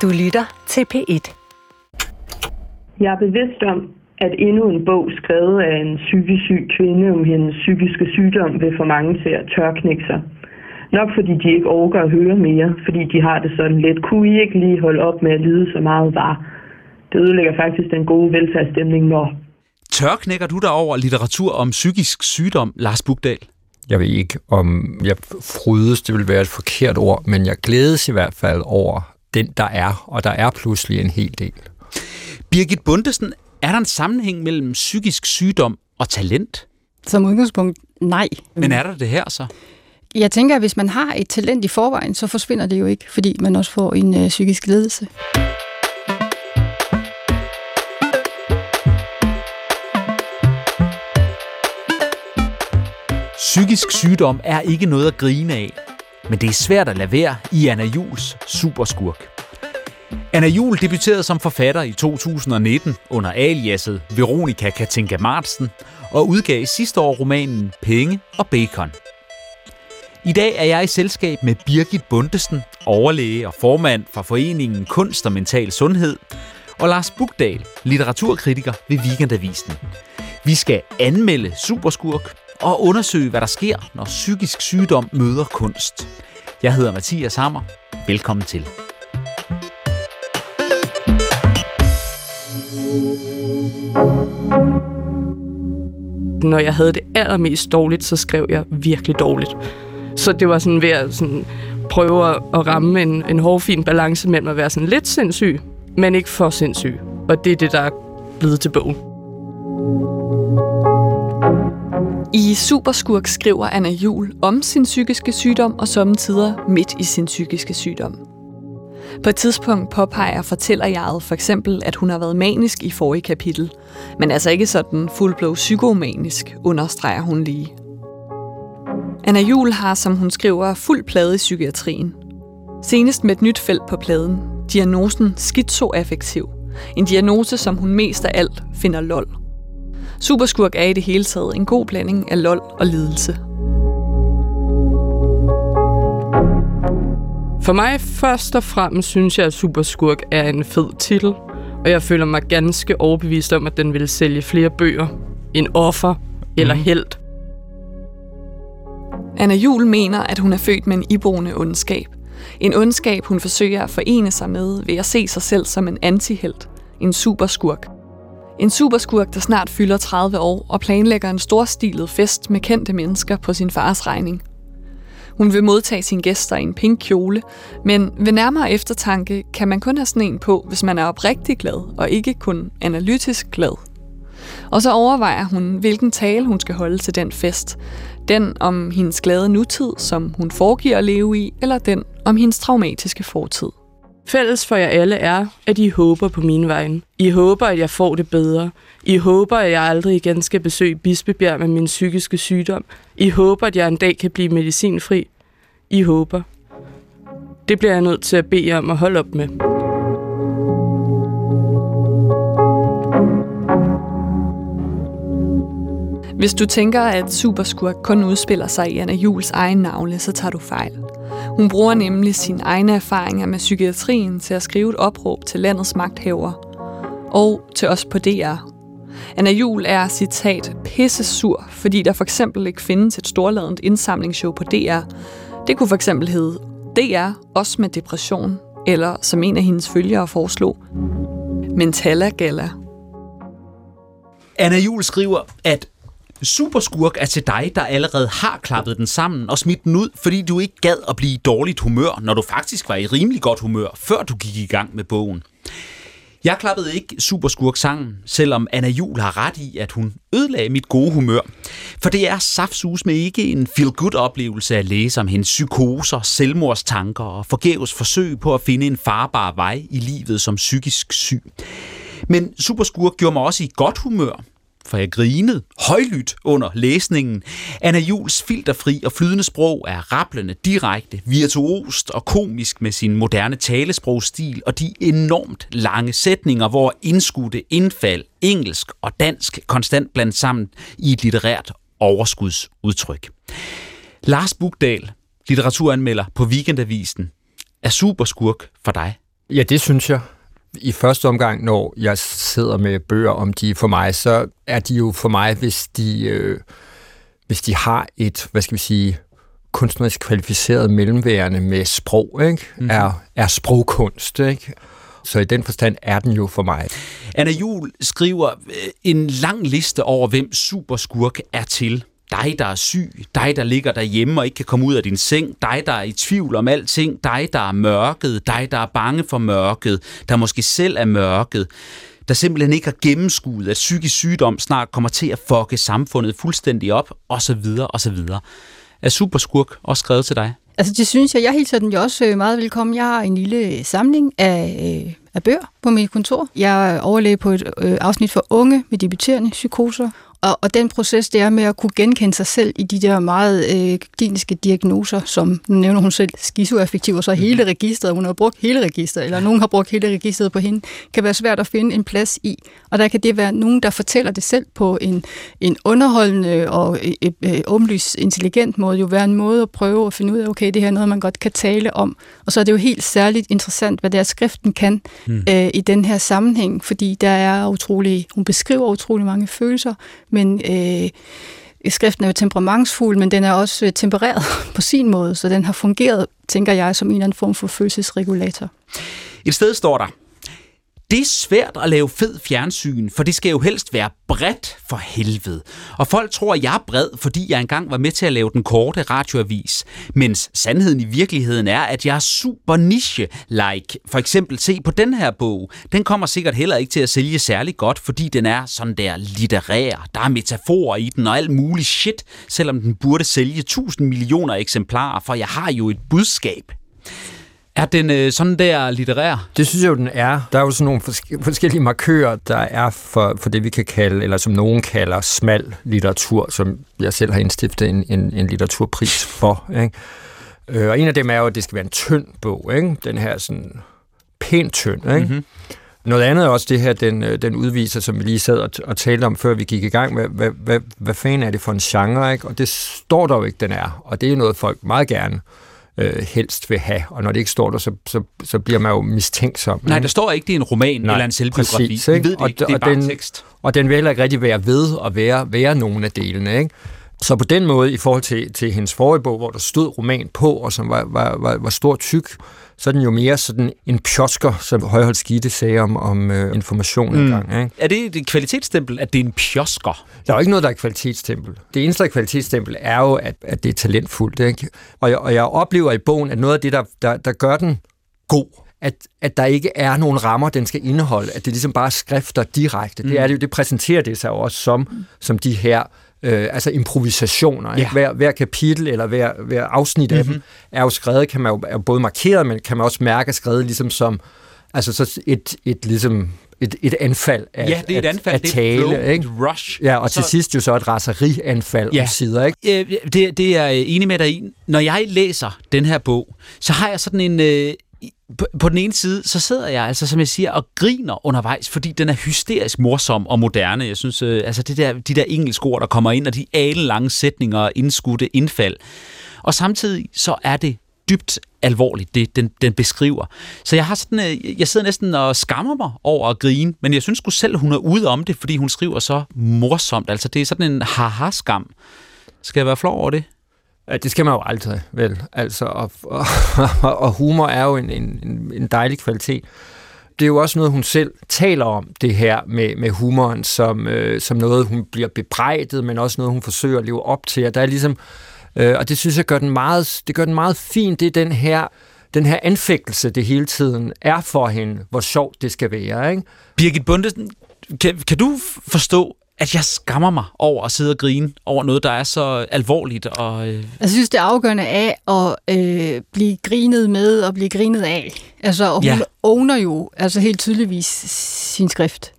Du lytter til P1. Jeg er bevidst om, at endnu en bog skrevet af en psykisk syg kvinde om hendes psykiske sygdom vil få mange til at tørknække sig. Nok fordi de ikke orker at høre mere, fordi de har det sådan lidt. Kunne I ikke lige holde op med at lide så meget var? Det ødelægger faktisk den gode velfærdsstemning når. Tørknækker du dig over litteratur om psykisk sygdom, Lars Bukdahl? Jeg ved ikke, om jeg frydes, det vil være et forkert ord, men jeg glædes i hvert fald over den, der er, og der er pludselig en hel del. Birgit Bundesen, er der en sammenhæng mellem psykisk sygdom og talent? Som udgangspunkt, nej. Men er der det her så? Jeg tænker, at hvis man har et talent i forvejen, så forsvinder det jo ikke, fordi man også får en psykisk lidelse. Psykisk sygdom er ikke noget at grine af, men det er svært at lade være i Anna Juuls Superskurk. Anna Juul debuterede som forfatter i 2019 under aliaset Veronica Katinka Martsen og udgav sidste år romanen Penge og Bacon. I dag er jeg i selskab med Birgit Bundesen, overlæge og formand for foreningen Kunst og Mental Sundhed, og Lars Bukdahl, litteraturkritiker ved Weekendavisen. Vi skal anmelde Superskurk og undersøge, hvad der sker, når psykisk sygdom møder kunst. Jeg hedder Mathias Hammer. Velkommen til. Når jeg havde det allermest dårligt, så skrev jeg virkelig dårligt. Så det var sådan ved at sådan prøve at ramme en hårfin balance mellem at være sådan lidt sindssyg, men ikke for sindssyg. Og det er det, der er blevet til bogen. I Superskurk skriver Anna Juul om sin psykiske sygdom og sommetider midt i sin psykiske sygdom. På et tidspunkt påpeger fortællerjeget for eksempel, at hun har været manisk i forrige kapitel, men altså ikke sådan fuldblå psykomanisk, understreger hun lige. Anna Juul har, som hun skriver, fuld plade i psykiatrien. Senest med et nyt felt på pladen, diagnosen skizoaffektiv, en diagnose, som hun mest af alt finder lol. Superskurk er i det hele taget en god blanding af lol og lidelse. For mig først og fremmest synes jeg, at Superskurk er en fed titel, og jeg føler mig ganske overbevist om, at den vil sælge flere bøger end offer eller helt. Anna Juul mener, at hun er født med en iboende ondskab. En ondskab, hun forsøger at forene sig med ved at se sig selv som en antihelt, en superskurk. En superskurk, der snart fylder 30 år og planlægger en storstilet fest med kendte mennesker på sin fars regning. Hun vil modtage sine gæster i en pink kjole, men ved nærmere eftertanke kan man kun have sådan en på, hvis man er oprigtig glad og ikke kun analytisk glad. Og så overvejer hun, hvilken tale hun skal holde til den fest. Den om hendes glade nutid, som hun foregiver at leve i, eller den om hendes traumatiske fortid. Fælles for jer alle er, at I håber på mine vegne. I håber, at jeg får det bedre. I håber, at jeg aldrig igen skal besøge Bispebjerg med min psykiske sygdom. I håber, at jeg en dag kan blive medicinfri. I håber. Det bliver jeg nødt til at bede jer om at holde op med. Hvis du tænker, at Superskurk kun udspiller sig i Anna Juuls egen navle, så tager du fejl. Hun bruger nemlig sine egne erfaringer med psykiatrien til at skrive et opråb til landets magthavere og til os på DR. Anna Juul er, citat, pissesur, fordi der for eksempel ikke findes et storladent indsamlingsshow på DR. Det kunne for eksempel hedde DR, også med depression, eller som en af hendes følgere foreslog, Mentala Gala. Anna Juul skriver, at Superskurk er til dig, der allerede har klappet den sammen og smidt den ud, fordi du ikke gad at blive i dårligt humør, når du faktisk var i rimelig godt humør, før du gik i gang med bogen. Jeg klappede ikke Superskurk-sangen, selvom Anna Juul har ret i, at hun ødelagde mit gode humør. For det er saftsus med ikke en feel-good-oplevelse at læse om hendes psykoser, selvmordstanker og forgæves forsøg på at finde en farbar vej i livet som psykisk syg. Men Superskurk gjorde mig også i godt humør, for jeg grinede højlydt under læsningen. Anna Juuls filterfri og flydende sprog er rablende, direkte, virtuost og komisk med sin moderne talesprogsstil og de enormt lange sætninger, hvor indskudte indfald, engelsk og dansk konstant blandt sammen i et litterært overskudsudtryk. Lars Bukdahl, litteraturanmelder på Weekendavisen. Er Superskurk for dig? Ja, det synes jeg. I første omgang, når jeg sidder med bøger om de for mig, så er de jo for mig, hvis de har et, hvad skal vi sige, kunstnerisk kvalificeret mellemværende med sprog, ikke? Er sprogkunst, ikke? Så i den forstand er den jo for mig. Anna Juhl skriver en lang liste over, hvem superskurk er til. Dig, der er syg, dig, der ligger derhjemme og ikke kan komme ud af din seng, dig, der er i tvivl om alting, dig, der er mørket, dig, der er bange for mørket, der måske selv er mørket, der simpelthen ikke har gennemskuet, at psykisk sygdom snart kommer til at fucke samfundet fuldstændig op, osv., osv. Er superskurk også skrevet til dig? Altså det synes jeg hilser den jo også meget velkommen. Jeg har en lille samling af bøger på mit kontor. Jeg er overlæge på et afsnit for unge med debuterende psykoser. Og den proces, det er med at kunne genkende sig selv i de der meget kliniske diagnoser, som nu nævner hun selv, skizoaffektiv, og så hele registret, hun har brugt hele registret, eller nogen har brugt hele registret på hende, kan være svært at finde en plads i. Og der kan det være nogen, der fortæller det selv på en underholdende og åbenlyst intelligent måde, jo være en måde at prøve at finde ud af, okay, det her er noget, man godt kan tale om. Og så er det jo helt særligt interessant, hvad der skriften kan i den her sammenhæng, fordi der er hun beskriver utrolig mange følelser, men skriften er jo temperamentsfuld, men den er også tempereret på sin måde, så den har fungeret, tænker jeg, som en eller anden form for følelsesregulator. Et sted står der: det er svært at lave fed fjernsyn, for det skal jo helst være bredt for helvede. Og folk tror, at jeg er bred, fordi jeg engang var med til at lave den korte radioavis. Mens sandheden i virkeligheden er, at jeg er super niche-like. For eksempel, se på den her bog. Den kommer sikkert heller ikke til at sælge særlig godt, fordi den er sådan der litterær. Der er metaforer i den og alt muligt shit, selvom den burde sælge 1000 millioner eksemplarer, for jeg har jo et budskab. Er den sådan der litterær? Det synes jeg jo, den er. Der er jo sådan nogle forskellige markører, der er for det, vi kan kalde, eller som nogen kalder smal litteratur, som jeg selv har indstiftet en litteraturpris for. Ikke? Og en af dem er jo, at det skal være en tynd bog. Ikke? Den her sådan pænt tynd. Ikke? Mm-hmm. Noget andet er også det her, den udviser, som vi lige sad og talte om, før vi gik i gang med, hvad fanden er det for en genre? Ikke? Og det står der jo ikke, den er. Og det er noget, folk meget gerne helst vil have, og når det ikke står der, så bliver man jo mistænksom. Nej, der står ikke, det er en roman eller en selvbiografi. Præcis, vi ved det ikke, det er bare tekst. Og den vil heller ikke rigtig være ved at være nogle af delene, ikke? Så på den måde, i forhold til hendes forrige bog, hvor der stod roman på, og som var stor tyk, så er den jo mere sådan en pjosker, som Højholt Skidte sagde om information engang. Ikke? Er det et kvalitetsstempel, at det er en pjosker? Der er jo ikke noget, der er kvalitetsstempel. Det eneste, der er kvalitetsstempel, er jo, at det er talentfuldt. Ikke? Og jeg oplever i bogen, at noget af det, der gør den god, at der ikke er nogen rammer, den skal indeholde, at det ligesom bare skrifter direkte. Det er det jo, det præsenterer det sig jo også som de her altså improvisationer. Ja. Hver kapitel eller hver afsnit af dem er jo skrevet, kan man jo både markeret, men kan man også mærke skrevet ligesom som altså så et anfald af, ja, det er et anfald, af tale, det er ikke? Rush. Ja, og til sidst jo så et raserianfald om sider, ikke? Det er jeg enig med dig i. Når jeg læser den her bog, så har jeg sådan en på den ene side, så sidder jeg altså, som jeg siger, og griner undervejs, fordi den er hysterisk morsom og moderne. Jeg synes, altså de der engelske ord, der kommer ind, og de alenlange sætninger og indskudte indfald. Og samtidig så er det dybt alvorligt, det den beskriver. Så jeg sidder næsten og skammer mig over at grine, men jeg synes sgu selv, hun er ude om det, fordi hun skriver så morsomt. Altså, det er sådan en haha-skam. Skal jeg være flov over det? Ja, det skal man jo aldrig, vel. Altså, og humor er jo en dejlig kvalitet. Det er jo også noget, hun selv taler om, det her med humoren, som noget, hun bliver bebrejdet, men også noget, hun forsøger at leve op til. Og der er ligesom, og det synes jeg gør den meget fin. Det er den her anfægtelse, det hele tiden er for hende, hvor sjovt det skal være, ikke? Birgit Bundesen, kan du forstå, at jeg skammer mig over at sidde og grine over noget, der er så alvorligt? Jeg synes, det er afgørende af at blive grinet med og blive grinet af. Altså, og hun owner jo altså helt tydeligvis sin skrift.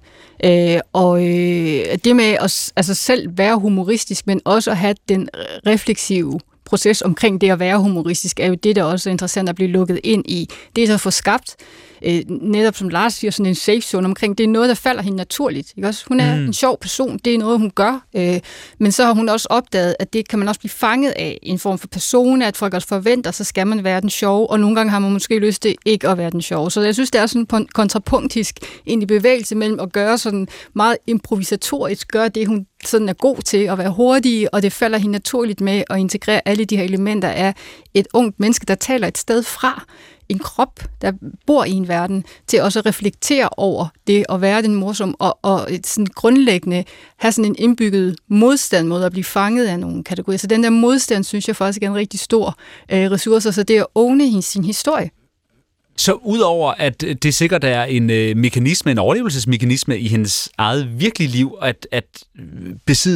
Det med at selv være humoristisk, men også at have den refleksive proces omkring det at være humoristisk, er jo det, der også er interessant at blive lukket ind i. Det er så at få skabt netop som Lars siger, sådan en safe zone omkring. Det er noget, der falder hende naturligt. Ikke også? Hun er en sjov person, det er noget, hun gør. Men så har hun også opdaget, at det kan man også blive fanget af en form for persona, at folk også forventer, så skal man være den sjove, og nogle gange har man måske lyst til ikke at være den sjove. Så jeg synes, det er sådan en kontrapunktisk egentlig bevægelse mellem at gøre sådan meget improvisatorisk, gøre det, hun sådan er god til at være hurtig, og det falder hende naturligt med at integrere alle de her elementer af et ungt menneske, der taler et sted fra, en krop, der bor i en verden, til også at reflektere over det at være den morsom, og sådan grundlæggende have sådan en indbygget modstand mod at blive fanget af nogle kategorier. Så den der modstand, synes jeg faktisk er en rigtig stor ressource, så det er at åbne sin historie. Så udover at det sikkert er en mekanisme, en overlevelsesmekanisme i hendes eget virkelige liv, at besidde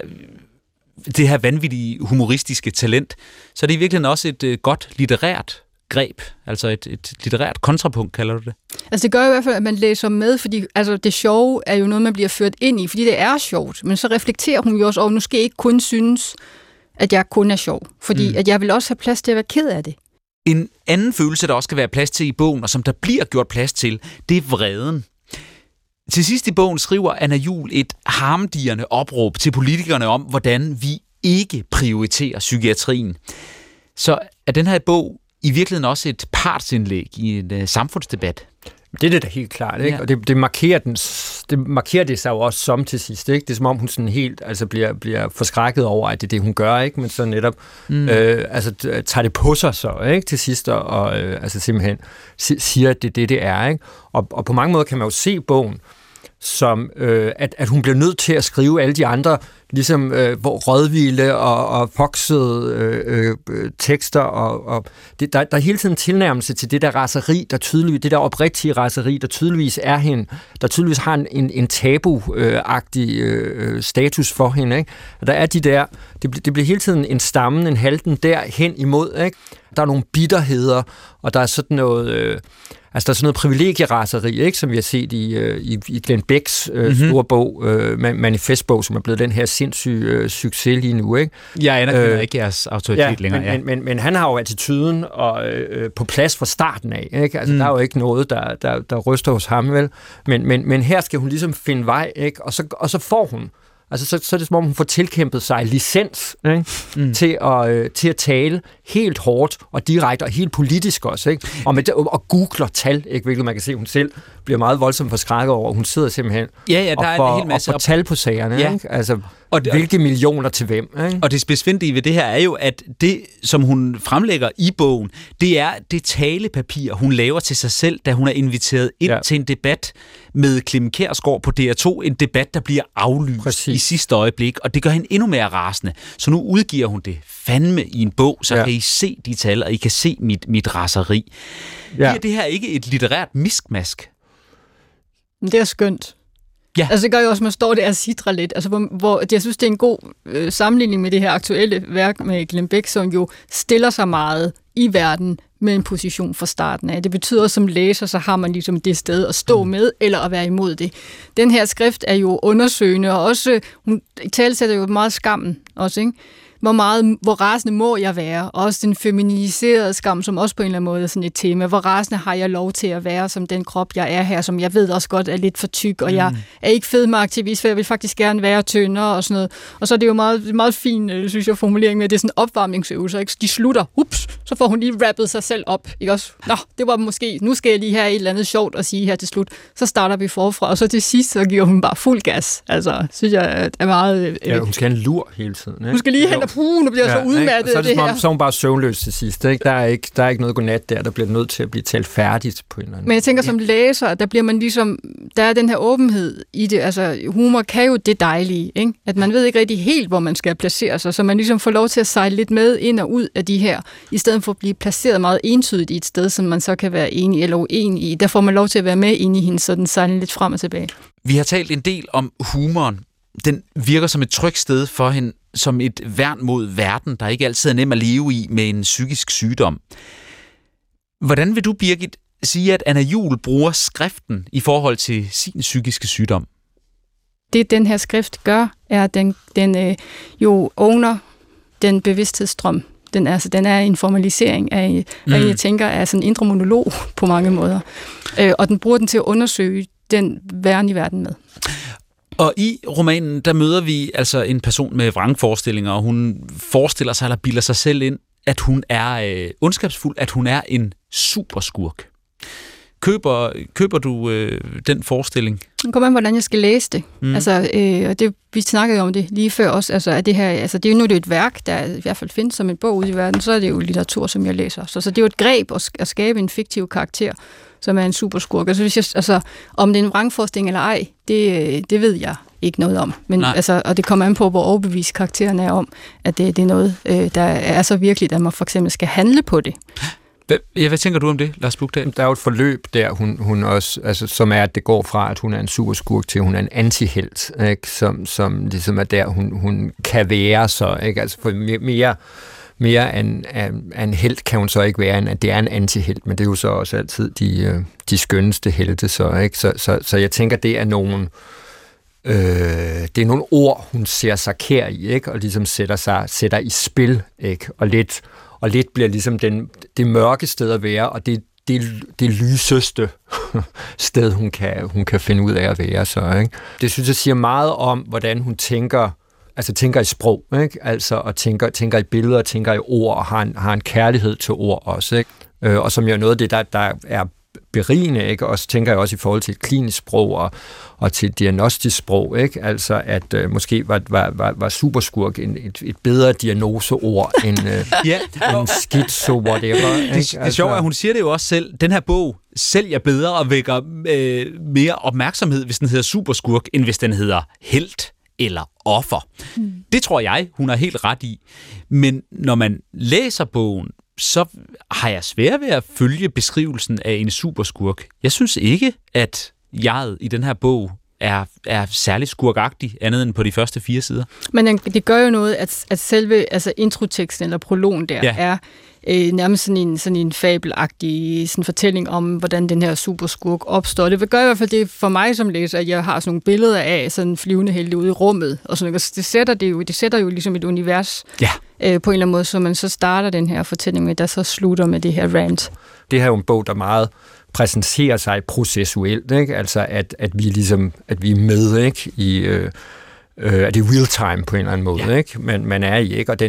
det her vanvittige humoristiske talent, så er det i virkeligheden også et godt litterært greb, altså et litterært kontrapunkt, kalder du det? Altså det gør jo i hvert fald, at man læser med, fordi altså, det sjove er jo noget, man bliver ført ind i, fordi det er sjovt, men så reflekterer hun jo også over, nu skal jeg ikke kun synes, at jeg kun er sjov, fordi at jeg vil også have plads til at være ked af det. En anden følelse, der også skal være plads til i bogen, og som der bliver gjort plads til, det er vreden. Til sidst i bogen skriver Anna Juhl et harmdirrende opråb til politikerne om, hvordan vi ikke prioriterer psykiatrien. Så er den her bog i virkeligheden også et partsindlæg i en samfundsdebat? Det er det da helt klart, ikke? Ja. Og det markerer det sig jo også som til sidst, ikke? Det er som om hun sådan helt bliver forskrækket over, at det er det, hun gør, ikke? Men så netop tager det på sig så, ikke? Til sidst, og simpelthen siger, at det er det er, ikke? Og på mange måder kan man jo se bogen som, at hun bliver nødt til at skrive alle de andre, ligesom rådvilde og foxede tekster, og der er hele tiden tilnærmelse til det der raseri, det der oprigtige raseri, der tydeligvis er hende, der tydeligvis har en tabu-agtig status for hende, ikke? Der er de der, det bliver hele tiden en stamme, en halten derhen imod, ikke? Der er nogle bitterheder, og der er sådan noget... der er sådan noget privilegieraseri, ikke, som vi har set i Glenn Becks store bog, manifestbog, som er blevet den her sindssyge succes lige nu, ikke? Jeg anerkender ikke jeres autoritet længere. Men han har jo attituden på plads fra starten af, ikke? Altså, der er jo ikke noget, der ryster hos ham, vel? Men her skal hun ligesom finde vej, ikke? Og så får hun. Altså, så er det som om, hun får tilkæmpet sig licens, ikke? Til at tale helt hårdt og direkte og helt politisk også, ikke? Og googler tal, ikke? Hvilket man kan se, hun selv bliver meget voldsomt forskrækket over. Hun sidder simpelthen og får tal på sagerne, ikke? Altså, hvilke millioner til hvem, ikke? Og det spidsfindige ved det her er jo, at det, som hun fremlægger i bogen, det er det talepapir, hun laver til sig selv, da hun er inviteret ind til en debat med Clem Kjærsgaard på DR2, en debat, der bliver aflyst i sidste øjeblik, og det gør hende endnu mere rasende. Så nu udgiver hun det fandme i en bog, så kan I se de tal, og I kan se mit raseri. Ja. Det her ikke et litterært miskmask? Det er skønt. Ja. Altså det gør jo også, at man står der og sidrer lidt. Altså, hvor jeg synes, det er en god sammenligning med det her aktuelle værk med Glenn Beck, som jo stiller sig meget i verden med en position fra starten af. Det betyder også, som læser, så har man ligesom det sted at stå med, eller at være imod det. Den her skrift er jo undersøgende, og også, hun talsætter jo meget skammen også, ikke? Hvor rasende må jeg være? Også den feminiserede skam, som også på en eller anden måde er sådan et tema. Hvor rasende har jeg lov til at være som den krop, jeg er her, som jeg ved også godt er lidt for tyk, og jeg er ikke fedmeaktivist, for jeg vil faktisk gerne være tyndere og sådan noget. Og så er det jo meget, meget fin, synes jeg, formulering med, at det er sådan en opvarmningsøvelse, ikke? De slutter, så får hun lige rappet sig selv op, ikke også? Nå, det var måske, nu skal jeg lige have et eller andet sjovt at sige her til slut. Så starter vi forfra, og så til sidst, så giver hun bare fuld gas. Altså, synes jeg er meget... hun skal have en lur hele tiden, ikke? Hun skal lige hen nu bliver så udmattet så er det her. Så er hun bare søvnløs til sidst, ikke? Der er ikke noget godnat der bliver nødt til at blive talt færdigt på en eller anden. Men jeg tænker, som læser, der bliver man ligesom, der er den her åbenhed i det, altså humor kan jo det dejlige, ikke? At man ved ikke rigtig helt, hvor man skal placere sig, så man ligesom får lov til at sejle lidt med ind og ud af de her, i stedet for at blive placeret meget entydigt i et sted, som man så kan være enig eller uenig i. Der får man lov til at være med inde i hende, så den sejler lidt frem og tilbage. Vi har talt en del om humoren. Den virker som et trygt sted for hende, som et værn mod verden, der ikke altid er nem at leve i med en psykisk sygdom. Hvordan vil du, Birgit, sige, at Anna Juhl bruger skriften i forhold til sin psykiske sygdom? Det, den her skrift gør, er, at den jo åbner den bevidsthedsstrøm, Den er en formalisering af, hvad jeg tænker er sådan en indre monolog på mange måder. Og den bruger den til at undersøge den væren i verden med. Og i romanen, der møder vi altså en person med vrangforestillinger, og hun forestiller sig eller bilder sig selv ind, at hun er ondskabsfuld, at hun er en superskurk. Køber du den forestilling? Det kommer an, hvordan jeg skal læse det. Altså, og det, vi snakkede om det lige før også, altså, at det her, altså, det er jo nu det er et værk, der i hvert fald findes som en bog ude i verden, så er det jo litteratur, som jeg læser. Så det er jo et greb at skabe en fiktiv karakter, som er en superskurk. Altså, om det er en vrangforestilling eller ej, det ved jeg ikke noget om. Men, altså, og det kommer an på, hvor overbevist karakteren er om, at det er noget, der er så virkeligt, at man for eksempel skal handle på det. Hvad tænker du om det, Lars Bukdahl? Der er jo et forløb der, hun også, altså, som er, at det går fra, at hun er en superskurk til, at hun er en antihelt, ikke? Som ligesom er der, hun kan være så, ikke? Altså for mere en helt kan hun så ikke være, end at det er en antihelt, men det er jo så også altid de skønneste helte, så, ikke? Så jeg tænker, det er nogle ord, hun ser sig kær i, ikke? Og ligesom sætter i spil, ikke? Og lidt bliver ligesom det mørke sted at være, og det lyseste sted, hun kan finde ud af at være. Så, ikke? Det synes jeg siger meget om, hvordan hun tænker i sprog, ikke? Altså, og tænker i billeder, tænker i ord, og har en kærlighed til ord også. Ikke? Og som jo er noget af det, der er berigende, ikke? Og så tænker jeg også i forhold til et klinisk sprog og til et diagnostisk sprog, ikke? Altså at måske var superskurk et bedre diagnoseord end en schizo, whatever. Ikke? Det er sjovt, at hun siger det jo også selv. Den her bog sælger bedre og vækker mere opmærksomhed, hvis den hedder superskurk, end hvis den hedder helt eller offer. Det tror jeg, hun har helt ret i. Men når man læser bogen, så har jeg svært ved at følge beskrivelsen af en superskurk. Jeg synes ikke, at jeget i den her bog er særlig skurkagtig, andet end på de første 4 sider. Men det gør jo noget, at selve introteksten eller prologen der er nærmest sådan en fabelagtig sådan fortælling om, hvordan den her superskurk opstår. Det gør i hvert fald det for mig som læser, at jeg har sådan nogle billeder af sådan flyvende helte ude i rummet, og sådan noget. Det sætter jo ligesom et univers på en eller anden måde, så man så starter den her fortælling med, der så slutter med det her rant. Det her er jo en bog, der meget præsenterer sig processuelt, ikke? Altså at vi ligesom, at vi er med, ikke? I at det er real time på en eller anden måde, ikke? Men man er i, ikke? Og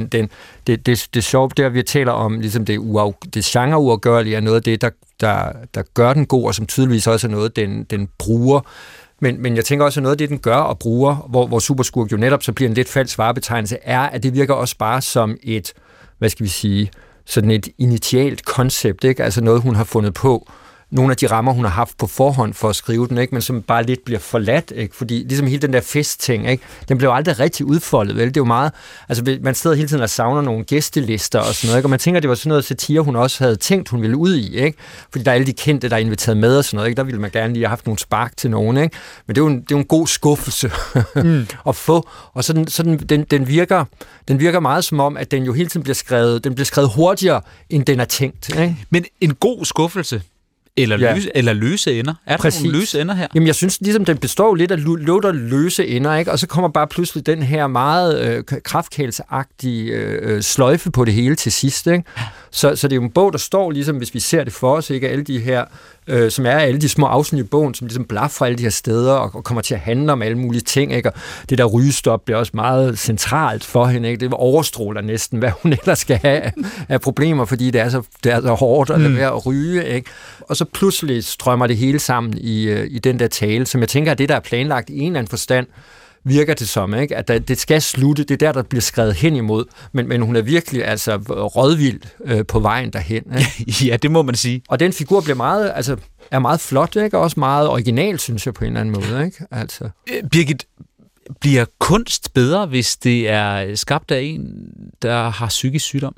det sjove der, vi taler om, ligesom det genre-uafgørlige er noget af det, der gør den god, og som tydeligvis også er noget, den bruger. Men jeg tænker også, at noget af det, den gør og bruger, hvor superskurk jo netop så bliver en lidt falsk varebetegnelse, er, at det virker også bare som et, hvad skal vi sige, sådan et initialt koncept, ikke? Altså noget, hun har fundet på. Nogle af de rammer, hun har haft på forhånd for at skrive den, ikke? Men som bare lidt bliver forladt, ikke? Fordi ligesom hele den der festting, ikke? Den blev aldrig rigtig udfoldet, vel? Det er jo meget, altså man sidder hele tiden og savner nogle gæstelister og sådan noget, ikke? Og man tænker, det var sådan noget satire, hun også havde tænkt, hun ville ud i, ikke? Fordi der er alle de kendte, der er inviteret med og sådan noget, ikke? Der ville man gerne lige have haft nogle spark til nogen, ikke? Men det er jo en god skuffelse at få, og sådan den virker meget som om, at den jo hele tiden bliver skrevet hurtigere, end den er tænkt, ikke? Men en god skuffelse, eller løse ender. Er der nogle løse ender her? Jamen, jeg synes ligesom, den består lidt af løse ender, ikke? Og så kommer bare pludselig den her meget kraftkælseagtige sløjfe på det hele til sidst, ikke? Så det er jo en bog, der står ligesom, hvis vi ser det for os, ikke? Alle de her, som er alle de små afsnit i bogen, som ligesom blaffer alle de her steder, og kommer til at handle om alle mulige ting, ikke? Og det der rygestop bliver også meget centralt for hende, ikke? Det overstråler næsten, hvad hun ellers skal have af problemer, fordi det er så hårdt at lade være at ryge, ikke? Og så pludselig strømmer det hele sammen i den der tale, som jeg tænker, at det, der er planlagt i en eller anden forstand, virker det som, ikke? At det skal slutte, det er der bliver skrevet hen imod, men hun er virkelig altså rådvild på vejen derhen, ikke? Ja, det må man sige. Og den figur er meget flot, ikke? Og også meget original, synes jeg, på en eller anden måde, ikke? Altså. Birgit, bliver kunst bedre, hvis det er skabt af en, der har psykisk sygdom?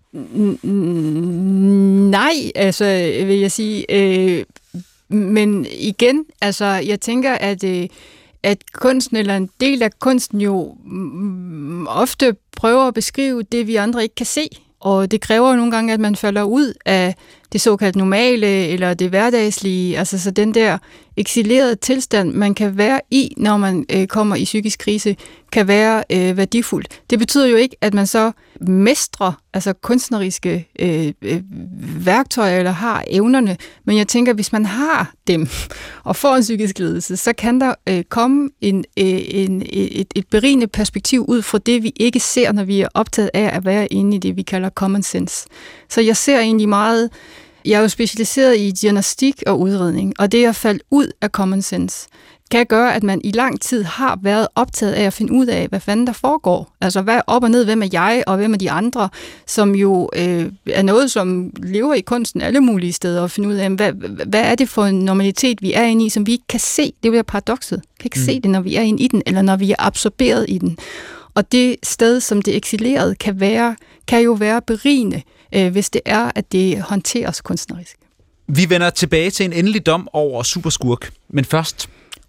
Nej, altså vil jeg sige. Men igen, altså jeg tænker, at kunsten eller en del af kunsten jo ofte prøver at beskrive det, vi andre ikke kan se. Og det kræver jo nogle gange, at man falder ud af det såkaldt normale, eller det hverdagslige, altså så den der eksilerede tilstand, man kan være i, når man kommer i psykisk krise, kan være værdifuldt. Det betyder jo ikke, at man så mestrer, altså kunstneriske værktøjer, eller har evnerne, men jeg tænker, hvis man har dem, og får en psykisk lidelse, så kan der komme et berigende perspektiv ud fra det, vi ikke ser, når vi er optaget af at være inde i det, vi kalder common sense. Så jeg ser egentlig meget. Jeg er jo specialiseret i diagnostik og udredning, og det at falde ud af common sense kan gøre, at man i lang tid har været optaget af at finde ud af, hvad fanden der foregår. Altså, hvad op og ned, hvem er jeg, og hvem er de andre, som jo er noget, som lever i kunsten alle mulige steder, og finde ud af, hvad er det for en normalitet, vi er inde i, som vi ikke kan se. Det er jo paradoxet. Vi kan ikke se det, når vi er inde i den, eller når vi er absorberet i den. Og det sted, som det eksilerede kan jo være berigende, hvis det er, at det håndteres kunstnerisk. Vi vender tilbage til en endelig dom over Superskurk, men først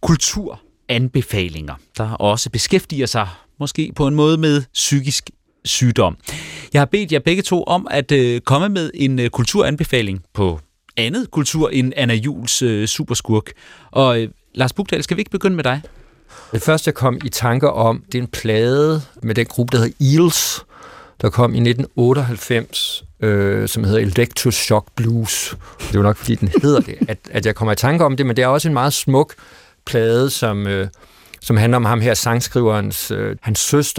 kulturanbefalinger, der også beskæftiger sig måske på en måde med psykisk sygdom. Jeg har bedt jer begge to om at komme med en kulturanbefaling på andet kultur end Anna Juhls Superskurk. Og Lars Bukdahl, skal vi ikke begynde med dig? Det første, jeg kom i tanker om, det er en plade med den gruppe, der hedder Eels, der kom i 1998, som hedder Electroshock Blues. Det er jo nok, fordi den hedder det, at jeg kommer i tanke om det, men det er også en meget smuk plade, som handler om ham her, sangskriverens, hans søster,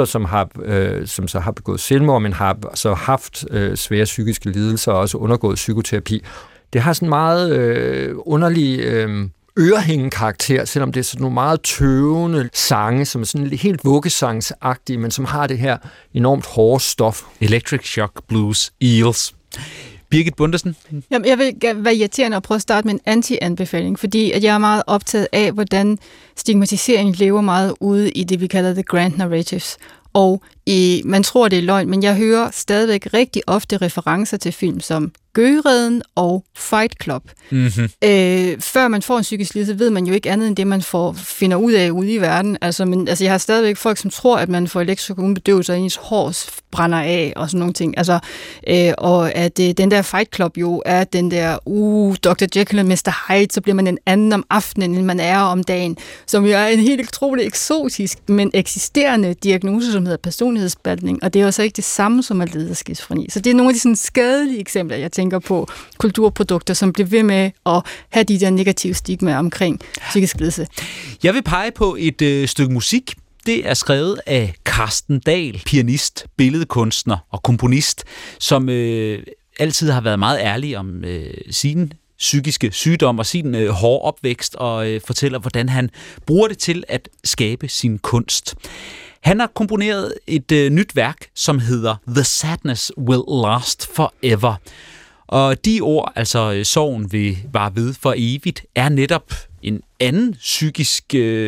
som så har begået selvmord, men har så haft svære psykiske lidelser og også undergået psykoterapi. Det har sådan meget underlig ørehængende karakter, selvom det er sådan nogle meget tøvende sange, som er sådan helt vuggesangsagtige, men som har det her enormt hårde stof. Electric Shock Blues, Eels. Birgit Bundesen? Jamen, jeg vil være irriterende at prøve at starte med en anti-anbefaling, fordi at jeg er meget optaget af, hvordan stigmatisering lever meget ude i det, vi kalder the grand narratives. Og man tror, det er løgn, men jeg hører stadigvæk rigtig ofte referencer til film som Gøgereden og Fight Club. Mm-hmm. Før man får en psykisk lidelse, ved man jo ikke andet end det, man finder ud af ude i verden. Altså, jeg har stadigvæk folk, som tror, at man får elektrisk bedøvelse, og ens hår brænder af og sådan nogle ting. Altså, og at den der Fight Club jo er den der, Dr. Jekyll og Mr. Hyde, så bliver man en anden om aftenen, end man er om dagen, som jo er en helt utrolig eksotisk, men eksisterende diagnose, som hedder personlighedsspaltning, og det er jo så ikke det samme som at lide af skizofreni. Så det er nogle af de sådan skadelige eksempler, jeg tænker på kulturprodukter, som bliver ved med at have de der negative stigmaer omkring psykisk lidelse. Jeg vil pege på et stykke musik. Det er skrevet af Carsten Dahl, pianist, billedkunstner og komponist, som altid har været meget ærlig om sin psykiske sygdom og sin hårde opvækst, og fortæller, hvordan han bruger det til at skabe sin kunst. Han har komponeret et nyt værk, som hedder The Sadness Will Last Forever. Og de ord, altså sorgen vil vare ved for evigt, er netop en anden psykisk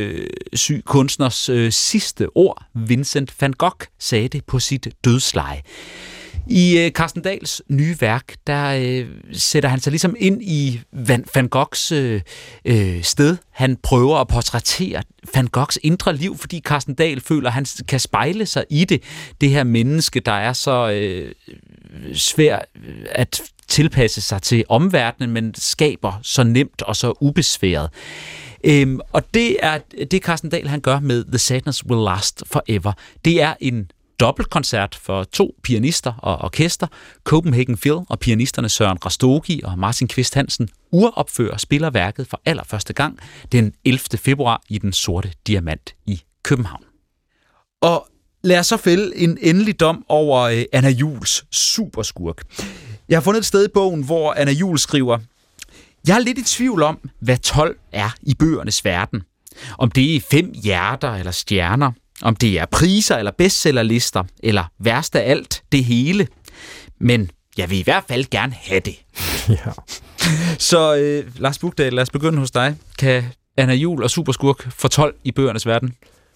syg kunstners sidste ord. Vincent van Gogh sagde det på sit dødsleje. I Carsten Dahls nye værk, der sætter han sig ligesom ind i Van Goghs sted. Han prøver at portrættere Van Goghs indre liv, fordi Carsten Dahl føler, at han kan spejle sig i det her menneske, der er så svært at tilpasse sig til omverdenen, men skaber så nemt og så ubesværet. Og det er det, Carsten Dahl han gør med The Sadness Will Last Forever. Det er en dobbeltkoncert for 2 pianister og orkester. Copenhagen Phil og pianisterne Søren Rastogi og Martin Kvist Hansen uropfører spiller værket for allerførste gang den 11. februar i Den Sorte Diamant i København. Og lad os så fælde en endelig dom over Anna Juhls Superskurk. Jeg har fundet et sted i bogen, hvor Anna Juhl skriver: Jeg er lidt i tvivl om, hvad 12 er i bøgernes verden. Om det er 5 hjerter eller stjerner, om det er priser eller bestsellerlister, eller værst af alt, det hele. Men jeg vil i hvert fald gerne have det. Ja. Så Lars Bukdahl, lad os begynde hos dig. Kan Anna Juhl og Superskurk få 12 i bøgernes verden?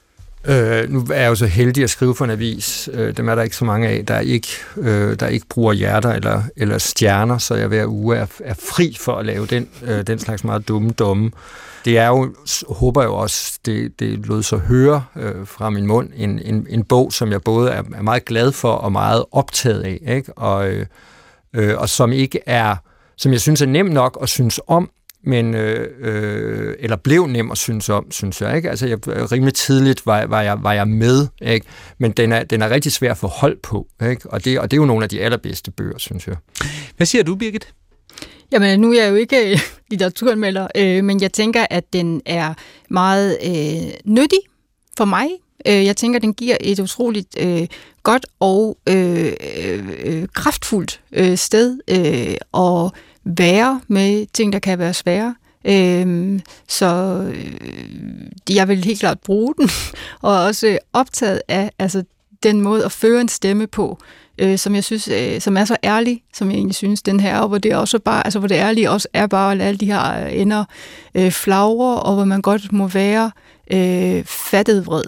Nu er jeg jo så heldig at skrive for en avis. Dem er der ikke så mange af, der ikke bruger hjerter eller stjerner, så jeg hver uge er fri for at lave den slags meget dumme. Det er jo, håber jeg jo også, det lød så høre fra min mund, en bog, som jeg både er meget glad for og meget optaget af, ikke? Og som ikke er som jeg synes er nem nok at synes om, men eller blev nem at synes om, synes jeg, ikke? Altså, rimelig tidligt var jeg med, ikke? Men den er rigtig svær at få hold på, ikke? Og det er jo nogle af de allerbedste bøger, synes jeg. Hvad siger du, Birgit? Jamen, nu er jeg jo ikke litteraturanmelder, men jeg tænker, at den er meget nyttig for mig. Jeg tænker, at den giver et utroligt godt og kraftfuldt sted at være med ting, der kan være svære. Så jeg vil helt klart bruge den, og også optaget af altså, den måde at føre en stemme på, som jeg synes, som er så ærlig, som jeg egentlig synes, den her, hvor det også bare, altså hvor det ærlige også er bare at lade alle de her ender flagre, og hvor man godt må være fattet vred.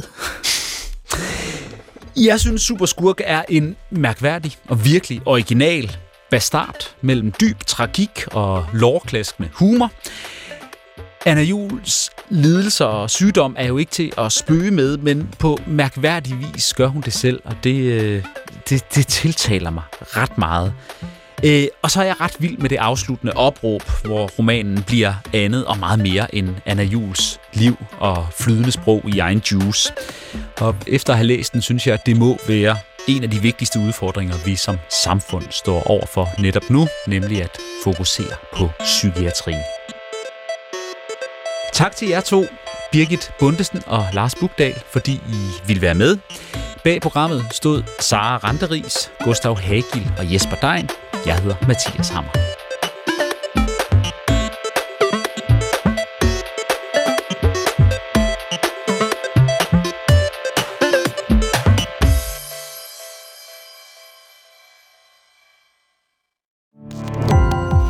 Jeg synes, Superskurk er en mærkværdig og virkelig original bastard mellem dyb tragik og lårklaskende humor. Anna Juhls lidelser og sygdom er jo ikke til at spøge med, men på mærkværdig vis gør hun det selv, og det tiltaler mig ret meget. Og så er jeg ret vild med det afsluttende opråb, hvor romanen bliver andet og meget mere end Anna Juhls liv og flydende sprog i egen juice. Og efter at have læst den, synes jeg, at det må være en af de vigtigste udfordringer, vi som samfund står overfor netop nu, nemlig at fokusere på psykiatrien. Tak til jer to, Birgit Bundesen og Lars Bukdal, fordi I ville være med. Bag programmet stod Sara Randeris, Gustav Hagil og Jesper Dein. Jeg hedder Mathias Hammer.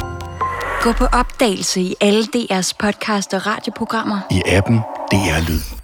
Gå på opdagelse i alle DR's podcast og radioprogrammer. I appen DR Lyd.